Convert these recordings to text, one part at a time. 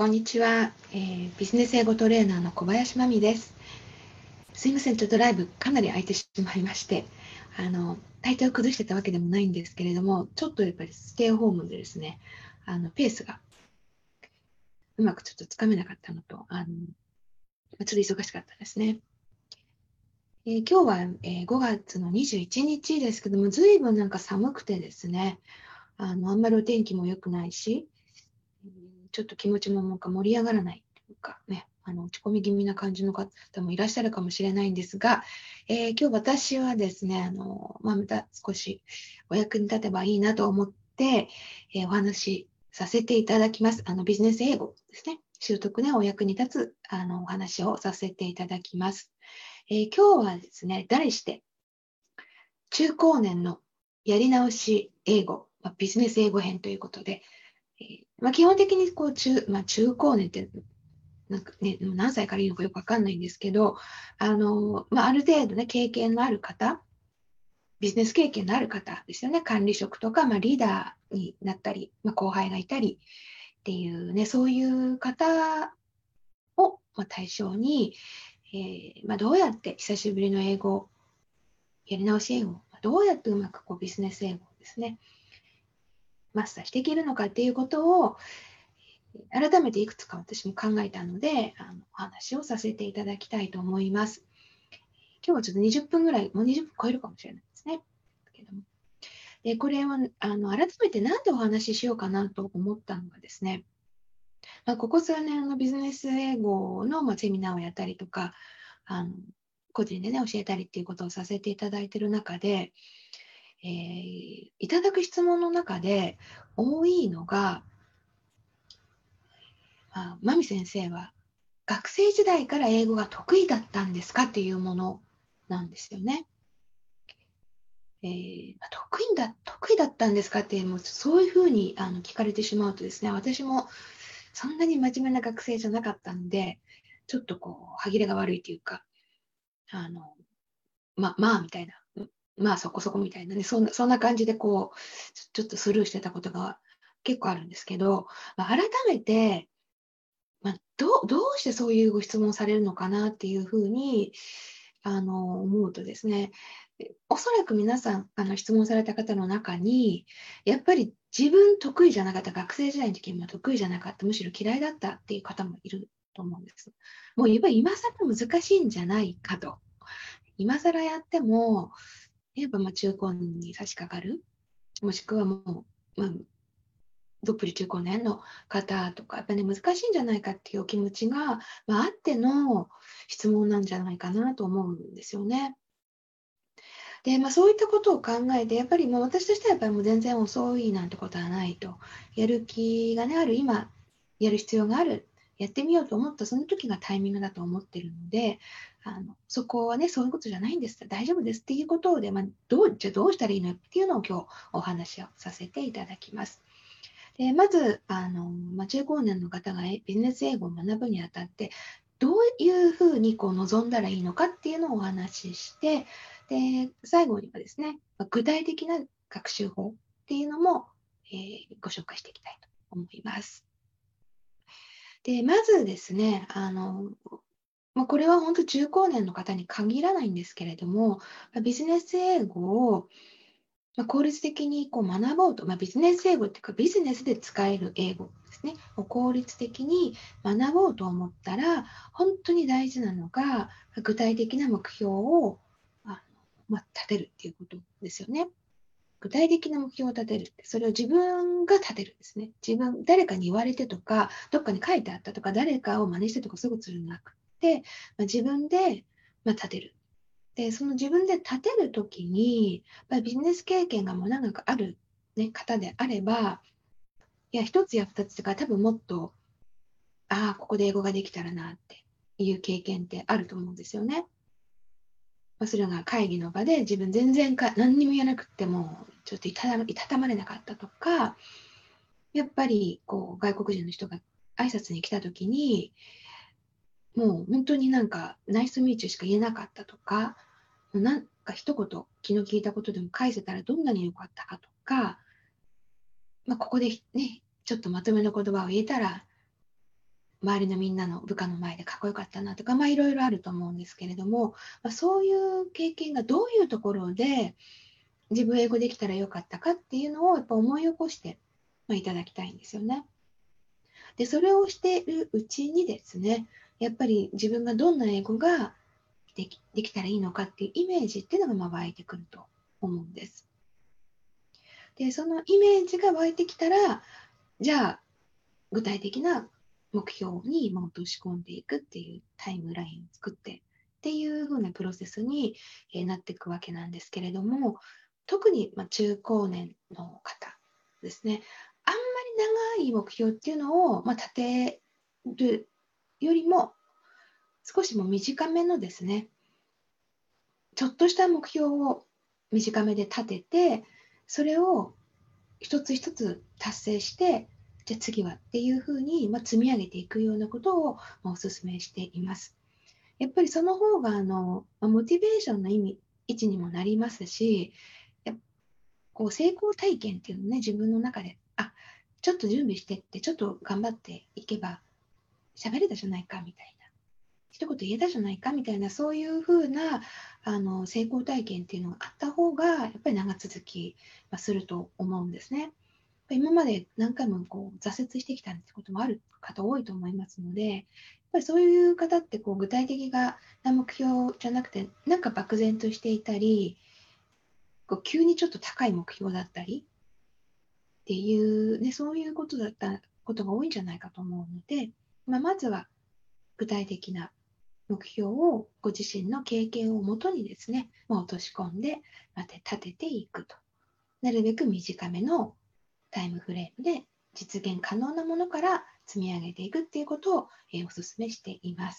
こんにちは、ビジネス英語トレーナーの小林真美です。すいません、ちょっとライブかなり空いてしまいまして、体調を崩してたわけでもないんですけれども、ちょっとやっぱりステイホームでですね、ペースがうまくちょっとつかめなかったのと、ちょっと忙しかったですね。今日は、5月の21日ですけども、ずいぶんなんか寒くてですね、あんまりお天気も良くないし、ちょっと気持ちもなんか盛り上がらないというかね、落ち込み気味な感じの方もいらっしゃるかもしれないんですが、今日私はですね、また少しお役に立てばいいなと思って、お話しさせていただきます。ビジネス英語ですね。習得ね、お役に立つお話をさせていただきます。今日はですね、題して、中高年のやり直し英語、ビジネス英語編ということで、基本的にこう中高年ってなんか、ね、何歳からいいのかよくわかんないんですけど、ある程度ね、経験のある方、ビジネス経験のある方ですよね、管理職とか、リーダーになったり、後輩がいたりっていうね、そういう方を対象に、どうやって久しぶりの英語、やり直し英語、どうやってうまくビジネス英語をですね、マスターしていけるのかっていうことを、改めていくつか私も考えたので、お話をさせていただきたいと思います。今日はちょっと20分ぐらい、もう20分超えるかもしれないですね。でこれは改めて何でお話ししようかなと思ったのがですね、ここ数年のビジネス英語のセミナーをやったりとか、個人でね、教えたりっていうことをさせていただいている中で、いただく質問の中で多いのが、真美先生は学生時代から英語が得意だったんですかっていうものなんですよね。得意だったんですかって、もうそういうふうに聞かれてしまうとですね、私もそんなに真面目な学生じゃなかったので、ちょっと歯切れが悪いというか、みたいな、そこそこみたいなね、そんな感じでちょっとスルーしてたことが結構あるんですけど、改めて、どうしてそういうご質問をされるのかなっていうふうに思うとですね、おそらく皆さん質問された方の中に、やっぱり自分得意じゃなかった、学生時代の時に得意じゃなかった、むしろ嫌いだったっていう方もいると思うんです。もうやっぱり今更難しいんじゃないかと。今更やっても、やっぱ中高に差し掛かる、もしくはもう、どっぷり中高年の方とか、やっぱり、ね、難しいんじゃないかっていうお気持ちが、あっての質問なんじゃないかなと思うんですよね。で、そういったことを考えて、やっぱり私としてはやっぱりもう全然遅いなんてことはないと。やる気がね、ある今、やる必要がある。やってみようと思ったその時がタイミングだと思ってるので、そこはね、そういうことじゃないんです。大丈夫ですっていうことで、じゃあどうしたらいいのっていうのを今日お話をさせていただきます。でまず中高年の方がビジネス英語を学ぶにあたって、どういうふうに臨んだらいいのかっていうのをお話しして、で最後にはですね、具体的な学習法っていうのも、ご紹介していきたいと思います。でまずですね、これは本当中高年の方に限らないんですけれども、ビジネス英語を効率的に学ぼうと、ビジネス英語っていうかビジネスで使える英語ですね、効率的に学ぼうと思ったら、本当に大事なのが、具体的な目標を立てるっていうことですよね。具体的な目標を立てるって、それを自分が立てるんですね。誰かに言われてとか、どっかに書いてあったとか、誰かを真似してとか、そういうことするんじゃなくて、自分で立てる。で、その自分で立てるときに、ビジネス経験がもう長くある、ね、方であれば、いや、一つや二つとか、多分もっと、ここで英語ができたらなっていう経験ってあると思うんですよね。それが会議の場で自分全然何にも言えなくっても、ちょっといたたまれなかったとか、やっぱり外国人の人が挨拶に来たときに、もう本当になんかナイスミーチューしか言えなかったとか、なんか一言気の利いたことでも返せたらどんなに良かったかとか、ここでね、ちょっとまとめの言葉を言えたら周りのみんなの部下の前でかっこよかったなとか、いろいろあると思うんですけれども、そういう経験がどういうところで自分英語できたらよかったかっていうのをやっぱ思い起こして、いただきたいんですよね。で、それをしているうちにですね、やっぱり自分がどんな英語ができたらいいのかっていうイメージっていうのが湧いてくると思うんです。で、そのイメージが湧いてきたら、じゃあ具体的な目標に落とし込んでいくっていうタイムラインを作ってっていう風なプロセスになっていくわけなんですけれども、特に中高年の方ですね、あんまり長い目標っていうのを立てるよりも、少しも短めのですね、ちょっとした目標を短めで立てて、それを一つ一つ達成して、じゃあ次はっていうふうに、積み上げていくようなことを、お勧めしています。やっぱりその方がモチベーションの位置にもなりますし、やこう成功体験っていうのをね、自分の中で、ちょっと準備してって、ちょっと頑張っていけば喋れたじゃないかみたいな。一言言えたじゃないかみたいな、そういうふうな成功体験っていうのがあった方が、やっぱり長続きすると思うんですね。今まで何回も挫折してきたってこともある方多いと思いますので、やっぱりそういう方って具体的な目標じゃなくて、なんか漠然としていたり、急にちょっと高い目標だったりっていう、ね、そういうことだったことが多いんじゃないかと思うので、まずは具体的な目標をご自身の経験をもとにですね、落とし込んで立てていくと。なるべく短めのタイムフレームで実現可能なものから積み上げていくっていうことを、お勧めしています。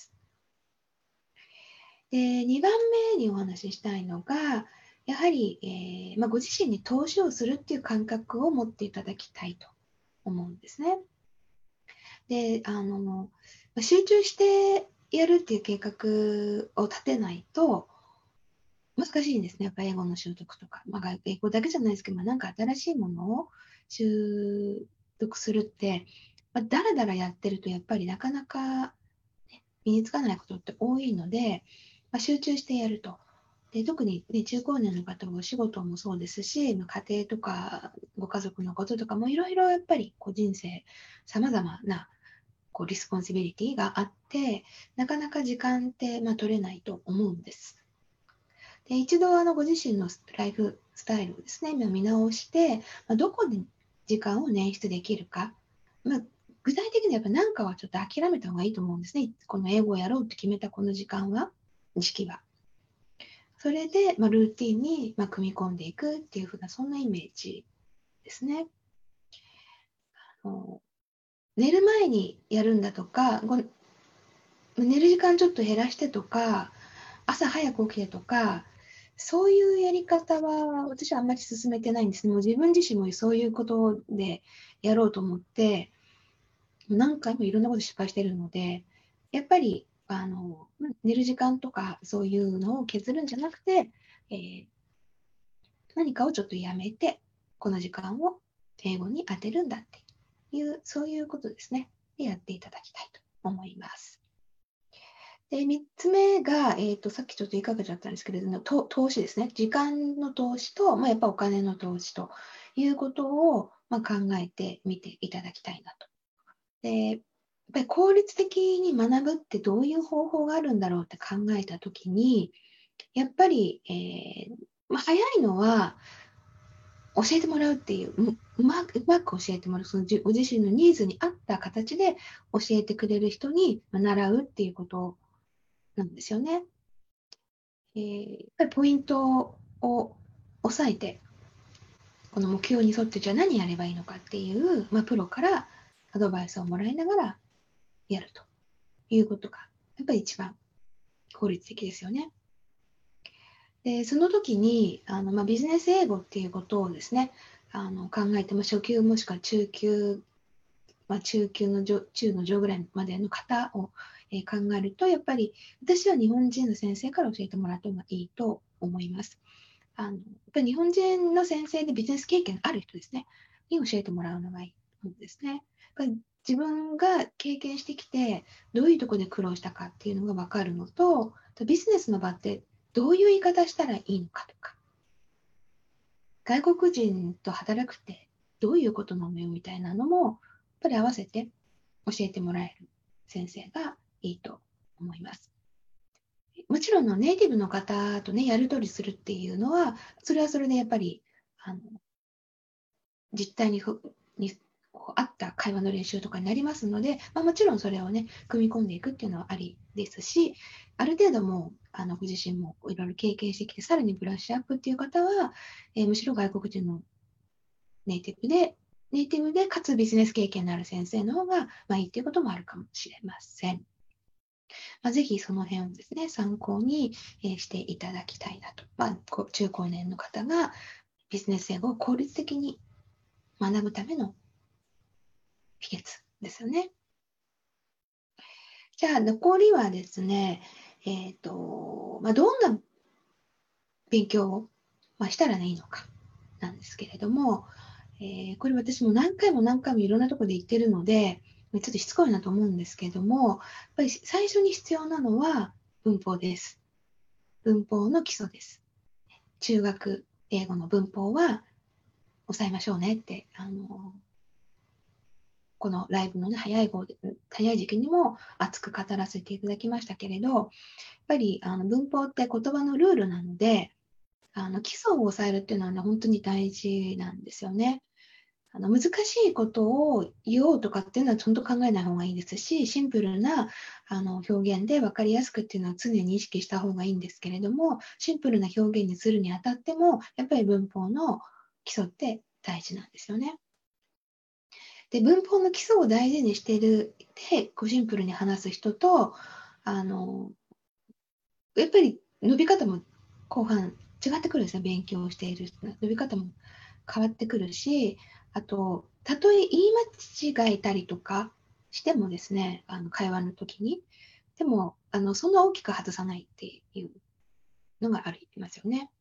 で、2番目にお話ししたいのが、やはり、ご自身に投資をするっていう感覚を持っていただきたいと思うんですね。で、集中してやるっていう計画を立てないと難しいんですね。やっぱり英語の習得とか。英語だけじゃないですけど、なんか新しいものを習得するって、だらだらやってるとやっぱりなかなか、ね、身につかないことって多いので、集中してやると。で特に、ね、中高年の方はお仕事もそうですし、家庭とかご家族のこととかもいろいろやっぱり人生さまざまなリスポンシビリティがあって、なかなか時間って、取れないと思うんです。で一度ご自身のライフスタイルをですね、今見直して、どこで時間を捻出できるか、具体的にやっぱ何かはちょっと諦めた方がいいと思うんですね。この英語をやろうって決めたこの時期は。それで、ルーティンに、組み込んでいくっていう風な、そんなイメージですね。寝る前にやるんだとか、寝る時間ちょっと減らしてとか、朝早く起きてとか、そういうやり方は私はあんまり進めてないんですね。もう自分自身もそういうことでやろうと思って、何回もいろんなこと失敗してるので、やっぱり寝る時間とかそういうのを削るんじゃなくて、何かをちょっとやめて、この時間を英語に当てるんだっていう、そういうことですね。でやっていただきたいと思います。で、3つ目が、さっきちょっと言いかけちゃったんですけれども、投資ですね。時間の投資と、やっぱお金の投資ということを、考えてみていただきたいなと。で、やっぱり効率的に学ぶってどういう方法があるんだろうって考えたときに、やっぱり、早いのは教えてもらうっていう、うまく教えてもらう、ご自身のニーズに合った形で教えてくれる人に習うっていうことなんですよね。やっぱりポイントを押さえて、この目標に沿ってじゃあ何やればいいのかっていう、プロからアドバイスをもらいながらやるということが、やっぱり一番効率的ですよね。で、その時にビジネス英語っていうことをですね、考えて、初級もしくは中級、中級の中の上ぐらいまでの方を、考えると、やっぱり私は日本人の先生から教えてもらった方がいいと思います。やっぱり日本人の先生でビジネス経験のある人ですね、に教えてもらうのがいいと思うんですね。やっぱり自分が経験してきて、どういうところで苦労したかっていうのが分かるのと、ビジネスの場ってどういう言い方したらいいのかとか、外国人と働くってどういうことなのよみたいなのも、やっぱり合わせて教えてもらえる先生がいいと思います。もちろんネイティブの方とね、やり取りするっていうのは、それはそれでやっぱり、実態にこう合った会話の練習とかになりますので、もちろんそれをね、組み込んでいくっていうのはありですし、ある程度もご自身もいろいろ経験してきて、さらにブラッシュアップっていう方は、むしろ外国人のネイティブでかつビジネス経験のある先生の方が、いいっていうこともあるかもしれません。ぜひその辺をですね、参考にしていただきたいなと。中高年の方がビジネス英語を効率的に学ぶための秘訣ですよね。じゃあ残りはですね、どんな勉強を、したらいいのかなんですけれども、これ私も何回もいろんなところで言ってるので、ちょっとしつこいなと思うんですけれども、やっぱり最初に必要なのは文法です。文法の基礎です。中学英語の文法は抑えましょうねって、このライブのね、早い時期にも熱く語らせていただきましたけれど、やっぱり文法って言葉のルールなので、基礎を抑えるっていうのはね、本当に大事なんですよね。難しいことを言おうとかっていうのは本当考えない方がいいですし、シンプルな表現で分かりやすくっていうのは常に意識した方がいいんですけれども、シンプルな表現にするにあたっても、やっぱり文法の基礎って大事なんですよね。で、文法の基礎を大事にしているで、シンプルに話す人と、やっぱり伸び方も後半違ってくるんですね、勉強をしている人の伸び方も変わってくるし、あと、たとえ言い間違えたりとかしてもですね、会話の時に、でも、そんな大きく外さないっていうのがありますよね。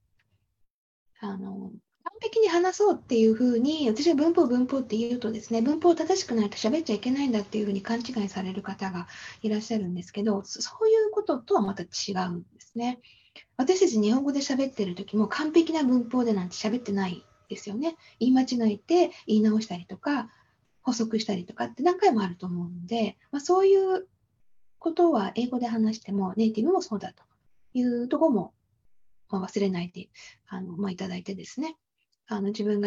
完璧に話そうっていうふうに、私は文法って言うとですね、文法正しくないと喋っちゃいけないんだっていうふうに勘違いされる方がいらっしゃるんですけど、そういうこととはまた違うんですね。私たち日本語で喋ってる時も完璧な文法でなんて喋ってないですよね。言い間違えて言い直したりとか、補足したりとかって何回もあると思うので、そういうことは英語で話してもネイティブもそうだというところも、忘れないでいただいてですね、自分が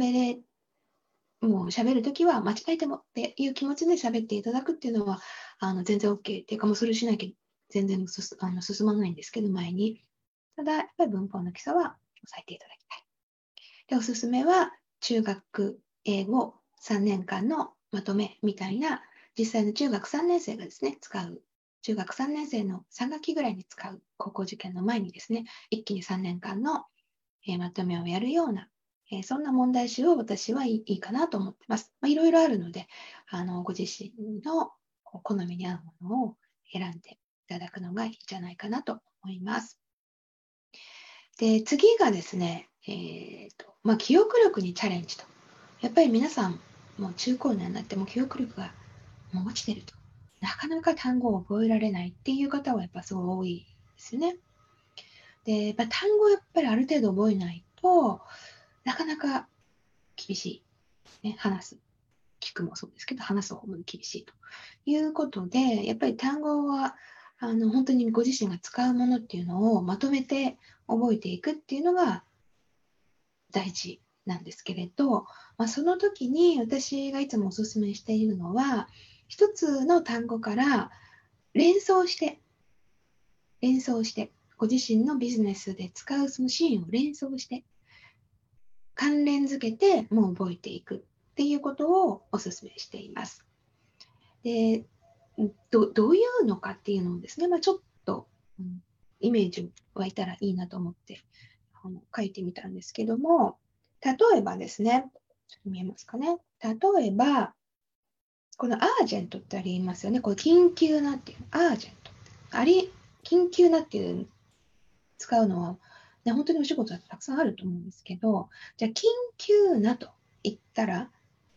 もう喋るときは間違えてもっていう気持ちで喋っていただくっていうのは、全然 OK っていうか、もうそれしなきゃ全然進まないんですけど、前に。ただ、やっぱり文法の基礎は押さえていただきたい。で、おすすめは、中学英語3年間のまとめみたいな、実際の中学3年生がですね、使う、中学3年生の3学期ぐらいに使う高校受験の前にですね、一気に3年間の、まとめをやるような、そんな問題集を私はいいかなと思ってます。いろいろあるので、ご自身の好みに合うものを選んでいただくのがいいんじゃないかなと思います。で、次がですね、記憶力にチャレンジと。やっぱり皆さん、もう中高年になっても記憶力がもう落ちてると。なかなか単語を覚えられないっていう方はやっぱすごい多いですよね。で、単語をやっぱりある程度覚えないとなかなか厳しい。ね、聞くもそうですけど、話す方も厳しいということで、やっぱり単語は本当にご自身が使うものっていうのをまとめて覚えていくっていうのが大事なんですけれど、その時に私がいつもお勧めしているのは、一つの単語から連想して、ご自身のビジネスで使うそのシーンを連想して、関連づけてもう覚えていくっていうことをお勧めしています。で、どういうのかっていうのをですね、ちょっと、イメージ湧いたらいいなと思って書いてみたんですけども、例えばですね、ちょっと見えますかね。例えば、このアージェントってありますよね。これ緊急なっていう、アージェント。緊急なっていう使うのは、ね、本当にお仕事はたくさんあると思うんですけど、じゃあ緊急なと言ったら、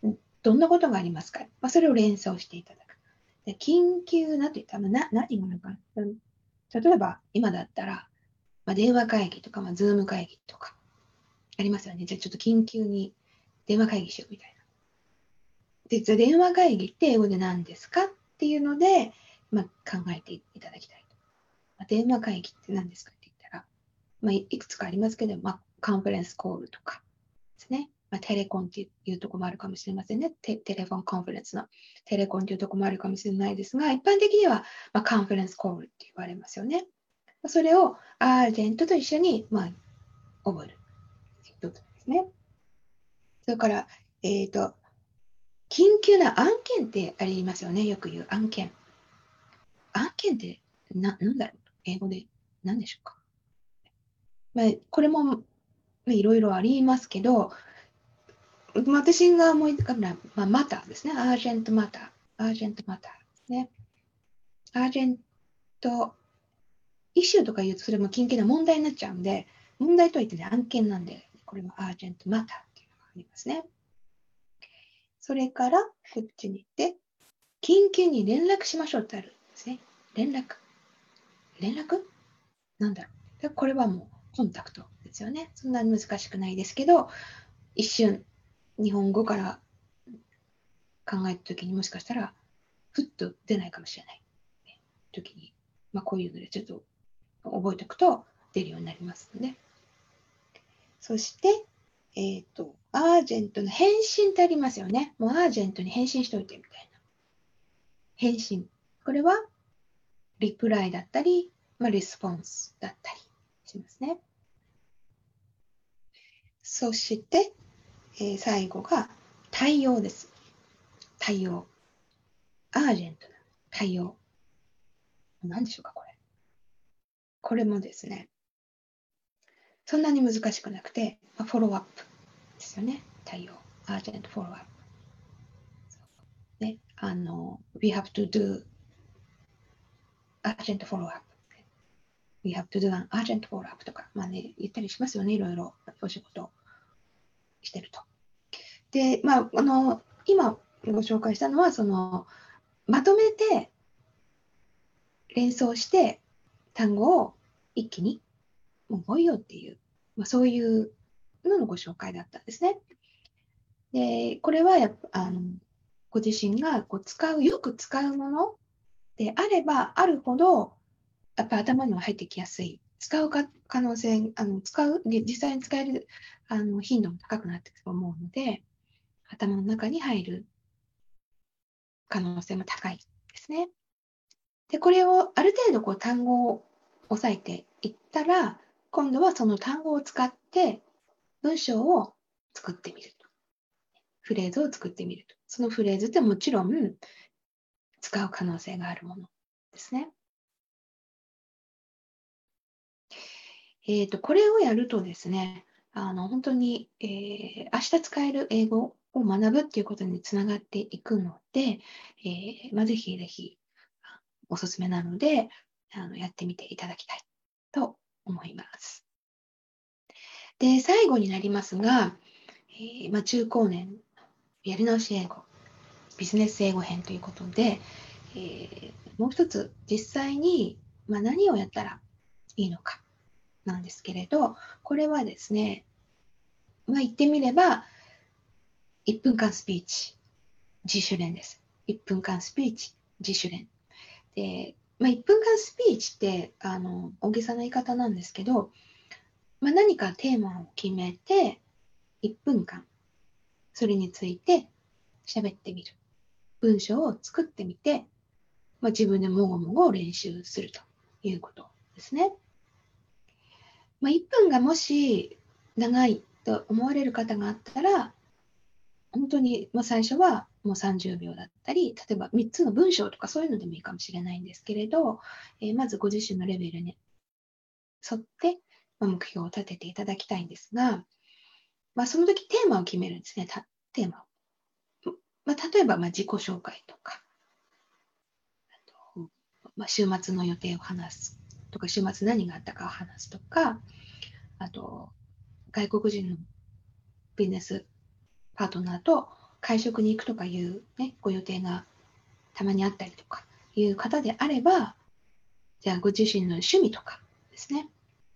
どんなことがありますか、それを連想していただく。で緊急なといったら、何があるかな。例えば、今だったら、電話会議とか、ズーム会議とか、ありますよね。じゃあちょっと緊急に電話会議しようみたいな。で、じゃあ電話会議って英語で何ですかっていうので、考えていただきたいと。電話会議って何ですかって言ったら、いくつかありますけど、カンファレンスコールとかですね。テレコンっていうところもあるかもしれませんね。テレフォンカンファレンスのテレコンっていうところもあるかもしれないですが、一般的には、カンファレンスコールって言われますよね。それをアージェントと一緒に、覚えるということですね。それから、緊急な案件ってありますよね。よく言う案件。案件ってなんだろう、英語で何でしょうか。これもいろいろありますけど、私が思い浮かぶのは、マターですね。アージェントマター。アージェントマターですね。アージェント、イシューとか言うとそれも緊急な問題になっちゃうんで、問題とは言ってね、案件なんで、これはアージェントマターっていうのがありますね。それから、こっちに行って、緊急に連絡しましょうってあるんですね。連絡。連絡なんだろう。これはもうコンタクトですよね。そんなに難しくないですけど、一瞬、日本語から考えたときにもしかしたら、ふっと出ないかもしれない。時に、こういうのでちょっと覚えておくと出るようになりますので。そして、アージェントの返信ってありますよね。もうアージェントに返信しておいてみたいな。返信。これは、リプライだったり、リスポンスだったりしますね。そして、最後が対応です。対応。アージェントな対応。何でしょうか、これ。これもですね、そんなに難しくなくて、フォローアップですよね。対応。アージェントフォローアップ。ね、we have to do urgent follow up。we have to do an urgent follow up とか、言ったりしますよね。いろいろお仕事してると。で、今ご紹介したのは、まとめて連想して単語を一気に覚えようっていう、そういうののご紹介だったんですね。で、これはご自身がよく使うものであればあるほど、やっぱり頭には入ってきやすい。使う可能性、実際に使える頻度も高くなっていくと思うので、頭の中に入る可能性も高いですね。で、これをある程度単語を押さえていったら、今度はその単語を使って文章を作ってみると。フレーズを作ってみると。そのフレーズってもちろん使う可能性があるものですね。これをやるとですね、本当に、明日使える英語を学ぶっていうことにつながっていくので、ぜひぜひおすすめなので、やってみていただきたいと思います。で、最後になりますが、中高年やり直し英語、ビジネス英語編ということで、もう一つ実際に、何をやったらいいのかなんですけれど、これはですね、言ってみれば、1分間スピーチ、自主練です。1分間スピーチ、自主練。で、1分間スピーチって、大げさな言い方なんですけど、何かテーマを決めて、1分間、それについて喋ってみる。文章を作ってみて、自分でもごもご練習するということですね。1分がもし長いと思われる方があったら、本当に、最初はもう30秒だったり、例えば3つの文章とかそういうのでもいいかもしれないんですけれど、まずご自身のレベルに沿って、目標を立てていただきたいんですが、その時テーマを決めるんですね。テーマを。例えば自己紹介とか、週末の予定を話すとか、週末何があったかを話すとか、あと、外国人のビジネスパートナーと会食に行くとかいう、ね、ご予定がたまにあったりとかいう方であれば、じゃあご自身の趣味とかですね、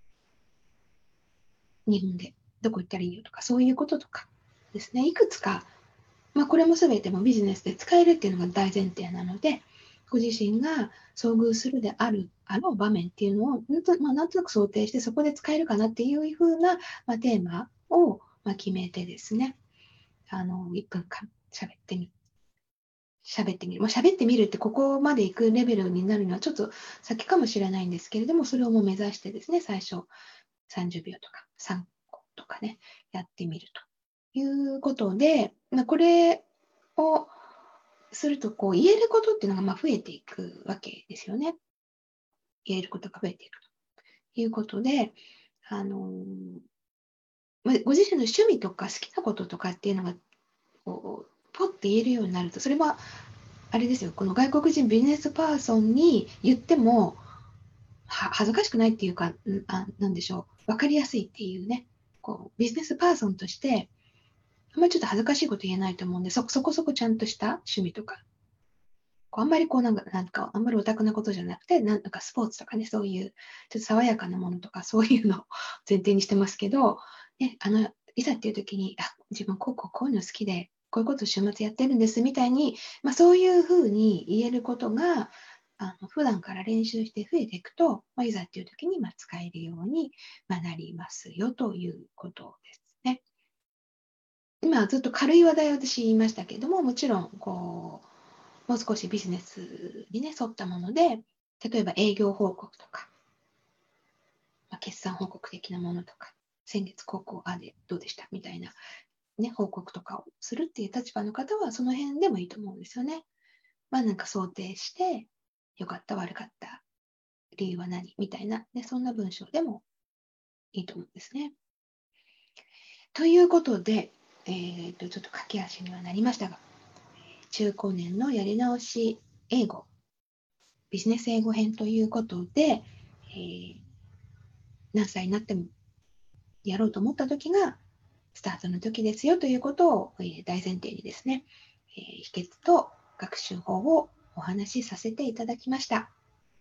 日本でどこ行ったらいいよとか、そういうこととかですね、いくつか、これも全てもビジネスで使えるっていうのが大前提なので、ご自身が遭遇するであろう場面っていうのをなんとなく想定して、そこで使えるかなっていうふうな、テーマを、決めてですね、1分間喋ってみる。喋ってみるってここまで行くレベルになるのはちょっと先かもしれないんですけれども、それをもう目指してですね、最初30秒とか3個とかね、やってみるということで、これをするとこう言えることっていうのが増えていくわけですよね。言えることが増えていくということで、あのご自身の趣味とか好きなこととかっていうのがこうポッて言えるようになると、それはあれですよ、この外国人ビジネスパーソンに言っても恥ずかしくないっていうか、なんでしょう、分かりやすいっていうね、こうビジネスパーソンとして、あんまりちょっと恥ずかしいこと言えないと思うんで、そこそこちゃんとした趣味とか、あんまりあんまりオタクなことじゃなくて、なんかスポーツとかね、そういう、ちょっと爽やかなものとか、そういうのを前提にしてますけど、ね、いざっていう時に、自分こういうの好きで、こういうことを週末やってるんですみたいに、そういうふうに言えることが、普段から練習して増えていくと、いざっていう時に使えるようになりますよということですね。今ずっと軽い話題を私言いましたけれども、もちろんもう少しビジネスにね、沿ったもので、例えば営業報告とか、決算報告的なものとか、先月でどうでしたみたいな、ね、報告とかをするっていう立場の方は、その辺でもいいと思うんですよね。なんか想定して、良かった、悪かった、理由は何みたいな、ね、そんな文章でもいいと思うんですね。ということで、ちょっと駆け足にはなりましたが、中高年のやり直し英語、ビジネス英語編ということで、何歳になってもやろうと思った時がスタートの時ですよということを、大前提にですね、秘訣と学習法をお話しさせていただきました。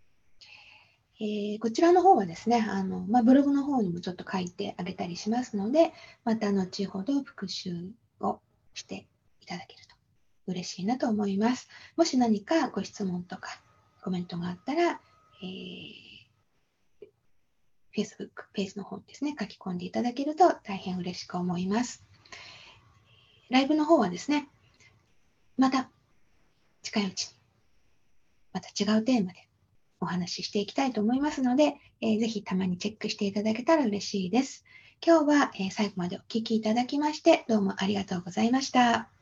こちらの方はですね、ブログの方にもちょっと書いてあげたりしますので、また後ほど復習をしていただけると嬉しいなと思います。もし何かご質問とかコメントがあったら、Facebook ページの方にですね、書き込んでいただけると大変嬉しく思います。ライブの方はですね、また近いうちに、また違うテーマでお話ししていきたいと思いますので、ぜひたまにチェックしていただけたら嬉しいです。今日は、最後までお聞きいただきまして、どうもありがとうございました。